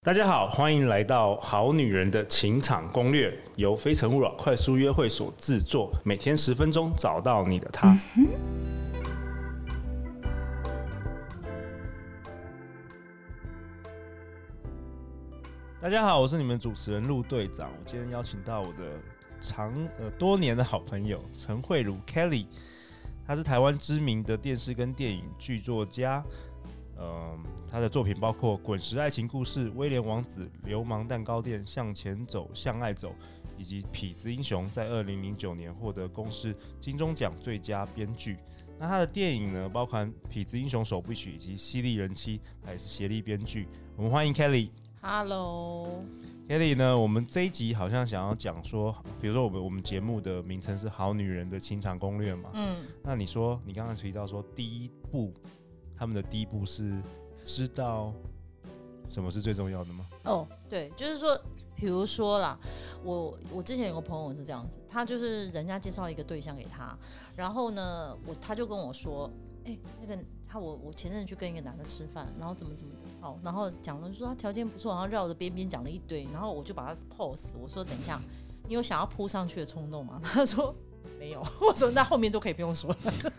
大家好，欢迎来到《好女人的情场攻略》，由非诚勿扰快速约会所制作，每天10分钟，找到你的他。大家好，我是你们主持人陆队长。我今天邀请到我的多年的好朋友陈慧茹 Kelly， 她是台湾知名的电视跟电影剧作家。他的作品包括《滚石爱情故事》、《威廉王子》、《流氓蛋糕店》、《向前走，向爱走》，以及《痞子英雄》在2009年获得公视金钟奖最佳编剧。那他的电影呢，包含《痞子英雄》首部曲以及《犀利人妻》，他也是协力编剧。我们欢迎 Kelly。Hello， Kelly 呢，我们这一集好像想要讲说，比如说我们节目的名称是《好女人的情场攻略》嘛，那你说你刚刚提到说他们的第一步是知道什么是最重要的吗？ 对，就是说，比如说啦，我之前有个朋友是这样子，他就是人家介绍一个对象给他，然后呢，他就跟我说，那个我前阵去跟一个男的吃饭，然后怎么的，好，然后讲了说他条件不错，然后绕着边边讲了一堆，然后我就把他 pause， 我说等一下，你有想要扑上去的冲动吗？他说没有，我说那后面都可以不用说了。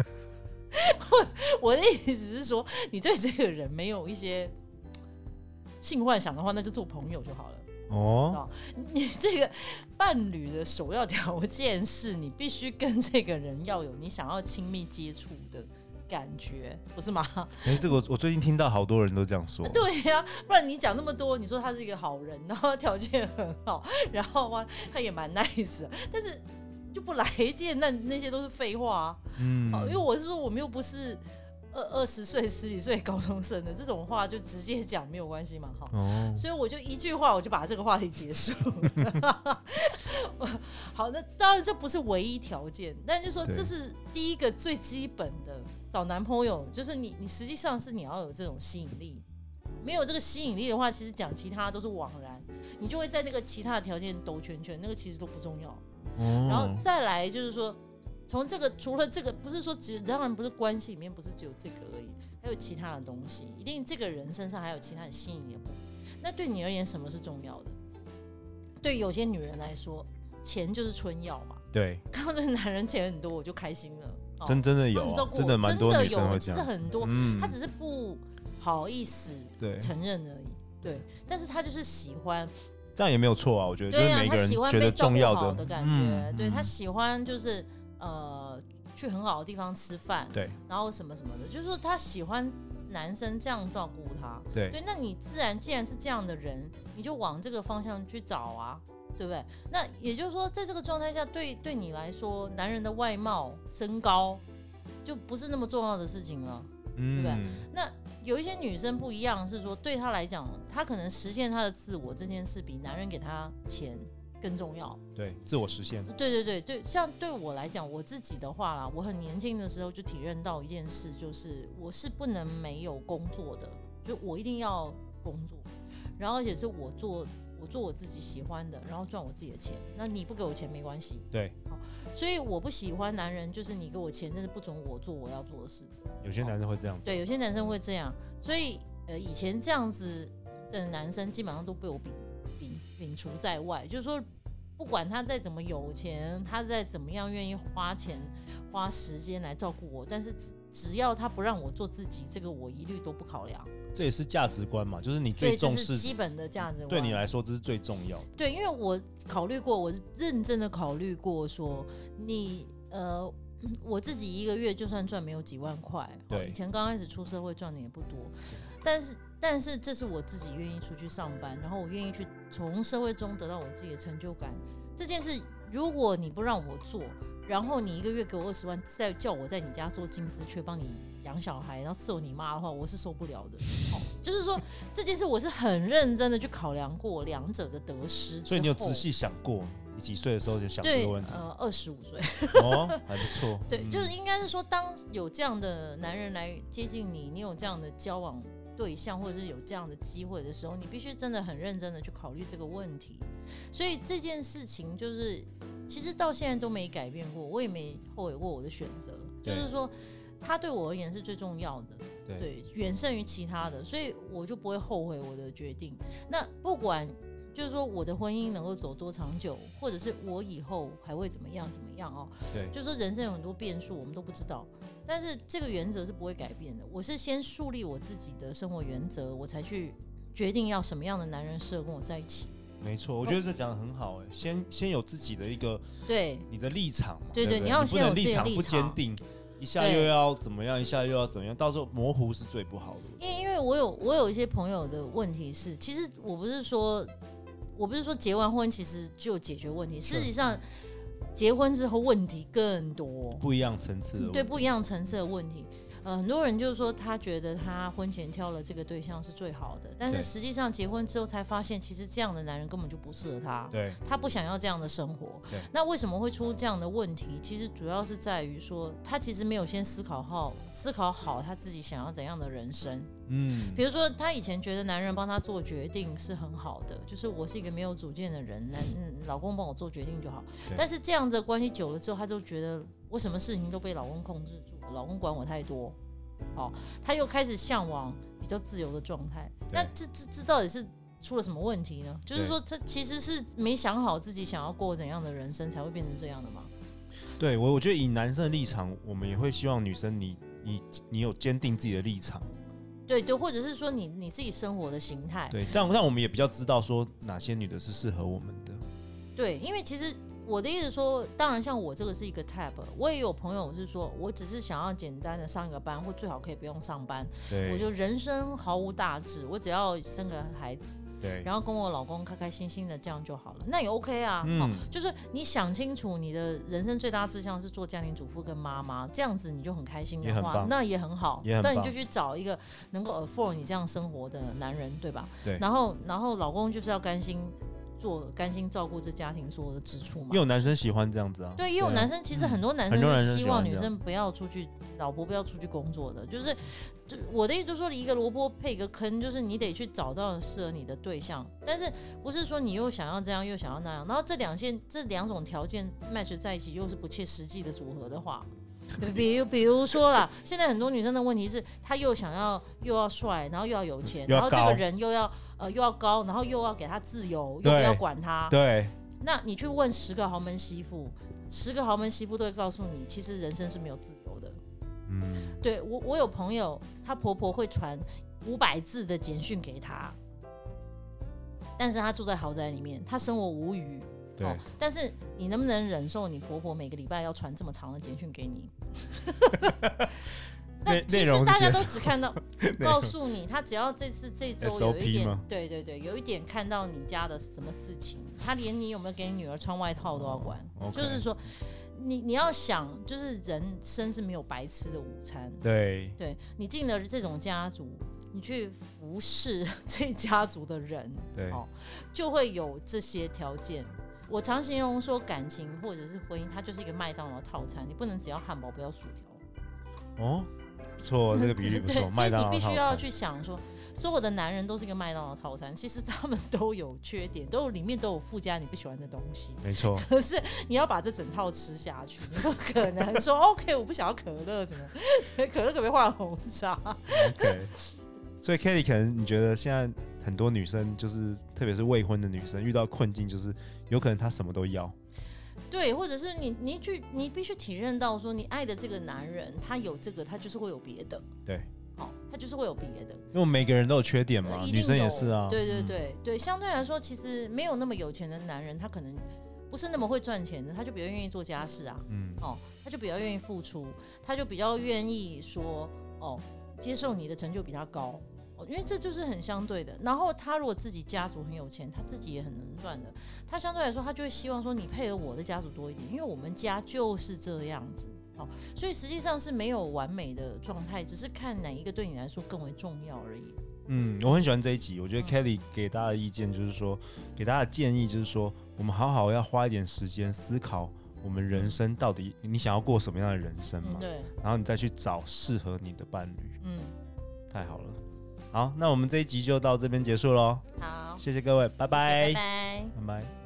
我的意思是说，你对这个人没有一些性幻想的话，那就做朋友就好了。你这个伴侣的首要条件是你必须跟这个人要有你想要亲密接触的感觉，不是吗？ 这个我最近听到好多人都这样说。 对呀，不然你讲那么多，你说他是一个好人，然后条件很好，然后他也蛮 nice 的，但是就不来电，那些都是废话啊。因为我是说，我们又不是20岁、10几岁高中生的，这种话就直接讲没有关系嘛。所以我就一句话，我就把这个话题结束。好，那当然这不是唯一条件，但就说这是第一个最基本的找男朋友，就是你实际上是你要有这种吸引力。没有这个吸引力的话，其实讲其他都是枉然，你就会在那个其他的条件兜圈圈，那个其实都不重要。然后再来就是说，从这个除了这个，不是说当然不是关系里面不是只有这个而已，还有其他的东西，一定这个人身上还有其他的吸引力的部分。那对你而言，什么是重要的？对有些女人来说，钱就是春药嘛。 对， 看到这个男人钱很多，我就开心了。 真的有，真的蛮多女生会这样， 是很多，他只是不好意思承认而已。对，但是他就是喜欢。这样也没有错啊，我觉得就是每个人觉得重要的感觉，对，他喜欢就是去很好的地方吃饭， 对， 然后什么什么的，就是说他喜欢男生这样照顾他， 对， 那你自然既然是这样的人，你就往这个方向去找啊，对不对？那也就是说，在这个状态下，对你来说，男人的外貌、身高就不是那么重要的事情了，对不对？那有一些女生不一样，是说对她来讲，她可能实现她的自我这件事比男人给她钱更重要。 对，自我实现。 对，像对我来讲，我自己的话啦，我很年轻的时候就体认到一件事，就是我是不能没有工作的，就我一定要工作，然后而且是我做我自己喜欢的，然后赚我自己的钱。那你不给我钱没关系。 对， 所以我不喜欢男人，就是你给我钱，但是不准我做我要做的事。 有些男生会这样子。 对，有些男生会这样。所以以前这样子的男生基本上都被我摒除在外，就是说，不管他再怎么有钱，他再怎么样愿意花钱花时间来照顾我，但是只要他不让我做自己，这个我一律都不考量。 这也是价值观嘛，就是你最重视， 这是基本的价值观。 对你来说，这是最重要的。 对，因为我考虑过，我认真的考虑过说，我自己一个月就算赚没有几万块，以前刚开始出社会赚的也不多，但是这是我自己愿意出去上班，然后我愿意去从社会中得到我自己的成就感。这件事，如果你不让我做，然后你一个月给我20万，再叫我在你家做金丝雀，帮你养小孩，然后伺候你妈的话，我是受不了的。就是说这件事我是很认真的去考量过两者的得失之后。 所以你有仔细想过，你几岁的时候就想这个问题 ？25岁。 还不错。 对，就是应该是说，当有这样的男人来接近你，你有这样的交往对象，或者是有这样的机会的时候，你必须真的很认真的去考虑这个问题。所以这件事情就是其实到现在都没改变过，我也没后悔过我的选择，就是说他对我而言是最重要的。 对，远胜于其他的，所以我就不会后悔我的决定。那不管就是说我的婚姻能够走多长久，或者是我以后还会怎么样哦， 对， 就是说人生有很多变数，我们都不知道。但是这个原则是不会改变的。我是先树立我自己的生活原则，我才去决定要什么样的男人适合跟我在一起。 没错，我觉得这讲得很好哎，先有自己的一个对你的立场嘛， 对， 你要先有自己的立场不坚定，一下又要怎么样，一下又要怎么样，到时候模糊是最不好的。 因为我有一些朋友的问题是，其实我不是说结完婚其实就解决问题，事实上结婚之后问题更多， 不一样层次的问题， 对，不一样层次的问题。很多人就是说他觉得他婚前挑了这个对象是最好的，但是实际上结婚之后才发现，其实这样的男人根本就不适合他， 对， 他不想要这样的生活。那为什么会出这样的问题？其实主要是在于说，他其实没有先思考好他自己想要怎样的人生。比如说他以前觉得男人帮他做决定是很好的，就是我是一个没有主见的人，老公帮我做决定就好。但是这样的关系久了之后，他就觉得我什么事情都被老公控制住，老公管我太多，他又开始向往比较自由的状态。那这到底是出了什么问题呢？就是说他其实是没想好自己想要过怎样的人生，才会变成这样的吗？ 对，我觉得以男生的立场，我们也会希望女生你有坚定自己的立场。 对，或者是说你自己生活的形态。 对，这样让我们也比较知道说哪些女的是适合我们的。 对，因为其实我的意思说，当然像我这个是一个 type， 我也有朋友是说我只是想要简单的上一个班，或最好可以不用上班，我就人生毫无大志，我只要生个孩子，对，然后跟我老公开开心心的这样就好了，那也 OK 啊。就是你想清楚你的人生最大志向是做家庭主妇跟妈妈，这样子你就很开心的话，那也很好。但你就去找一个能够 afford 你这样生活的男人，对吧？对。然后老公就是要甘心照顾这家庭所有的支出嘛。也有男生喜欢这样子啊。 对，也有男生，其实很多男生是希望女生不要出去，老婆不要出去工作的。就是我的意思就是说，一个萝卜配一个坑，就是你得去找到适合你的对象，但是不是说你又想要这样又想要那样，然后这两种条件 match 在一起又是不切实际的组合的话。比如说啦，现在很多女生的问题是，她又要帅，然后又要有钱，然后这个人又要高，然后又要给她自由，又不要管她。 对。 那你去问10个豪门媳妇，10个豪门媳妇都会告诉你，其实人生是没有自由的。对，我有朋友，她婆婆会传500字的简讯给她，但是她住在豪宅里面，她生活无虞。但是你能不能忍受你婆婆每个礼拜要传这么长的简讯给你？那其实大家都只看到告诉你，他只要这周有一点，对，有一点看到你家的什么事情，他连你有没有给你女儿穿外套都要管。就是说，你要想，就是人生是没有白吃的午餐。对，你进了这种家族，你去服侍这家族的人，就会有这些条件。我常形容说，感情或者是婚姻，它就是一个麦当劳套餐，你不能只要汉堡不要薯条。 不错，这个比喻不错。 对，所以你必须要去想说，所有的男人都是一个麦当劳套餐，其实他们都有缺点，里面都有附加你不喜欢的东西。 没错。 可是你要把这整套吃下去，你不可能说 OK， 我不想要可乐什么，可乐可不可以换红茶 ？OK。所以 Kelly 可能你觉得现在很多女生，就是特别是未婚的女生，遇到困境就是有可能她什么都要。 对，或者是你必须体认到说，你爱的这个男人，他有这个，他就是会有别的。 对， 他就是会有别的。 因为每个人都有缺点嘛，女生也是啊。 对，相对来说，其实没有那么有钱的男人，他可能不是那么会赚钱的，他就比较愿意做家事啊。他就比较愿意付出，他就比较愿意说接受你的成就比他高。因为这就是很相对的。然后他如果自己家族很有钱，他自己也很能赚的，他相对来说他就会希望说你配合我的家族多一点，因为我们家就是这样子。所以实际上是没有完美的状态，只是看哪一个对你来说更为重要而已。 我很喜欢这一集，我觉得 Kelly 给大家的意见就是说，给大家的建议就是说，我们好好要花一点时间思考我们人生到底你想要过什么样的人生嘛？对。然后你再去找适合你的伴侣。太好了。好，那我们这一集就到这边结束咯。好，谢谢各位，拜拜，拜拜。